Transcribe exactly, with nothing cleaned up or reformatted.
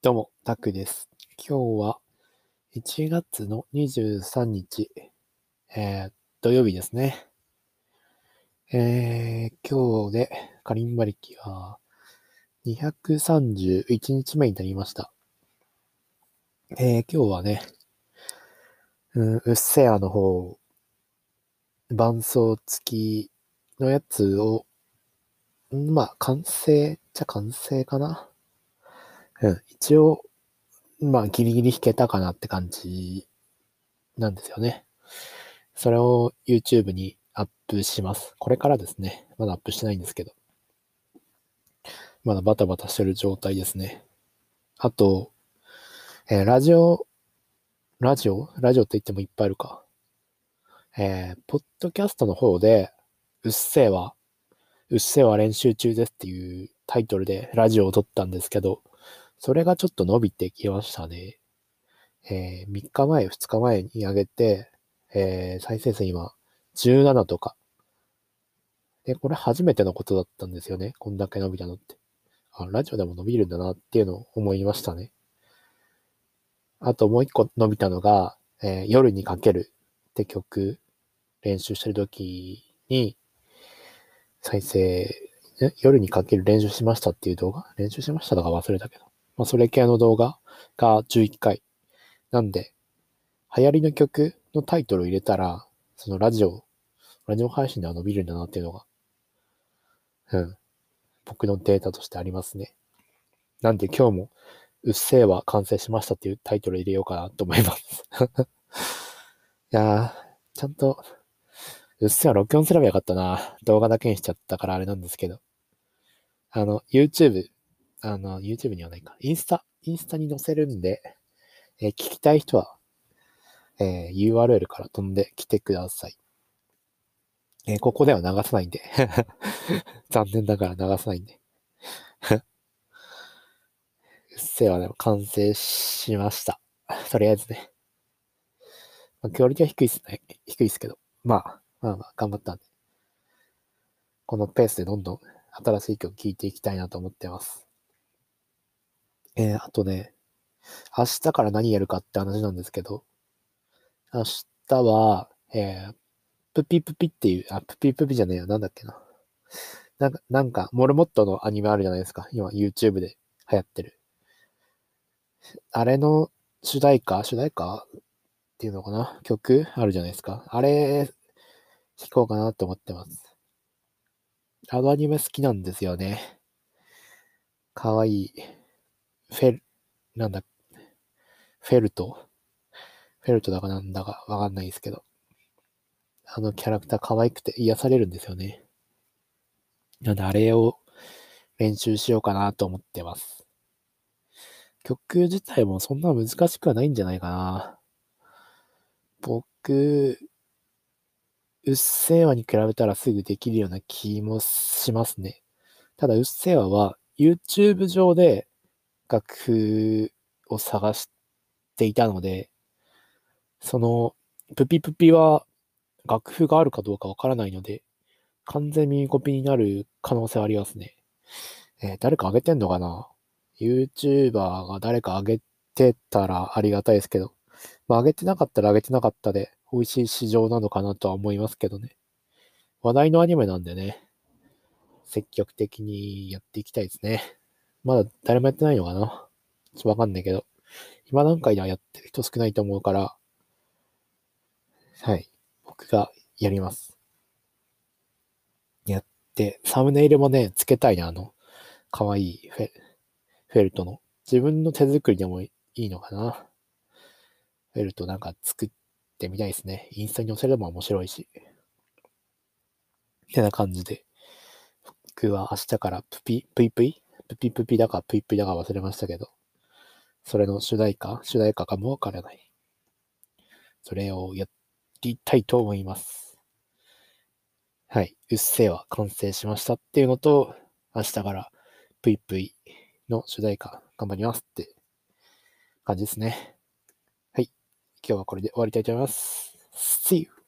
どうも、タクです。今日はいちがつのにじゅうさんにち、えー、土曜日ですね。えー、今日でカリンバ歴はにひゃくさんじゅういちにちめになりました。えー、今日はね、うん、うっせやの方、伴奏付きのやつを、んまあ、完成っちゃ完成かな。うん、一応、まあ、ギリギリ弾けたかなって感じなんですよね。それを YouTube にアップします。これからですね。まだアップしてないんですけど。まだバタバタしてる状態ですね。あと、えーラジオ、ラジオラジオって言ってもいっぱいあるか。えー、ポッドキャストの方で、うっせぇわ、うっせぇわ練習中ですっていうタイトルでラジオを撮ったんですけど、それがちょっと伸びてきましたね。えー、みっかまえ、ふつかまえに上げて、えー、再生数今、じゅうななとか。で、これ初めてのことだったんですよね。こんだけ伸びたのって。あ、ラジオでも伸びるんだなっていうのを思いましたね。あともう一個伸びたのが、えー夜にかけるって曲練習してる時に再生、夜にかける練習しましたっていう動画練習しましたとか忘れたけど。まあそれ系の動画がじゅういっかい。なんで、流行りの曲のタイトルを入れたら、そのラジオ、ラジオ配信では伸びるんだなっていうのが、うん、僕のデータとしてありますね。なんで今日も、うっせぇわ完成しましたっていうタイトル入れようかなと思います。いやー、ちゃんと、うっせぇわ録音すればよかったな。動画だけにしちゃったからあれなんですけど。あの、YouTube、あの、YouTube にはないか。インスタ、インスタに載せるんで、えー聞きたい人は、えー ユーアールエル から飛んできてください。えーここでは流さないんで。残念ながら流さないんで。うっせぇわでも完成しました。とりあえずね。まあ、クオリティは低いっすね。低いっすけど。まあ、まあまあ、頑張ったんで。このペースでどんどん新しい曲聴いていきたいなと思ってます。えー、あとね、明日から何やるかって話なんですけど、明日は、えー、プピプピっていう、あ、プピプピじゃねえよ、なんだっけな。なんか、なんか、モルモットのアニメあるじゃないですか。今、YouTube で流行ってる。あれの主題歌主題歌っていうのかな曲あるじゃないですか。あれ、弾こうかなって思ってます。あのアニメ好きなんですよね。かわいい。フェル、なんだ、フェルトフェルトだかなんだかわかんないですけど。あのキャラクター可愛くて癒されるんですよね。なんであれを練習しようかなと思ってます。曲自体もそんな難しくはないんじゃないかな。僕、うっせぇわに比べたらすぐできるような気もしますね。ただ、うっせぇわは YouTube 上で楽譜を探していたので、その、プピプピは楽譜があるかどうかわからないので、完全耳コピになる可能性ありますね。えー誰か上げてんのかな？ YouTuber が誰か上げてたらありがたいですけど、まあ上げてなかったら上げてなかったで美味しい市場なのかなとは思いますけどね。話題のアニメなんでね、積極的にやっていきたいですね。まだ誰もやってないのかな？ちょっとわかんないけど、今段階ではやってる人少ないと思うから、はい、僕がやります。やって、サムネイルもね、つけたいな、あの、かわいいフェフェルトの。自分の手作りでもいいのかな。フェルトなんか作ってみたいですね。インスタに載せれば面白いし。ってな感じで。僕は明日からプピ、プイプイプピプピだかプイプイだか忘れましたけど、それの主題歌主題歌かもわからない。それをやりたいと思います。はい。うっせぇわ完成しましたっていうのと、明日からプイプイの主題歌頑張りますって感じですね。はい。今日はこれで終わりたいと思います。See you!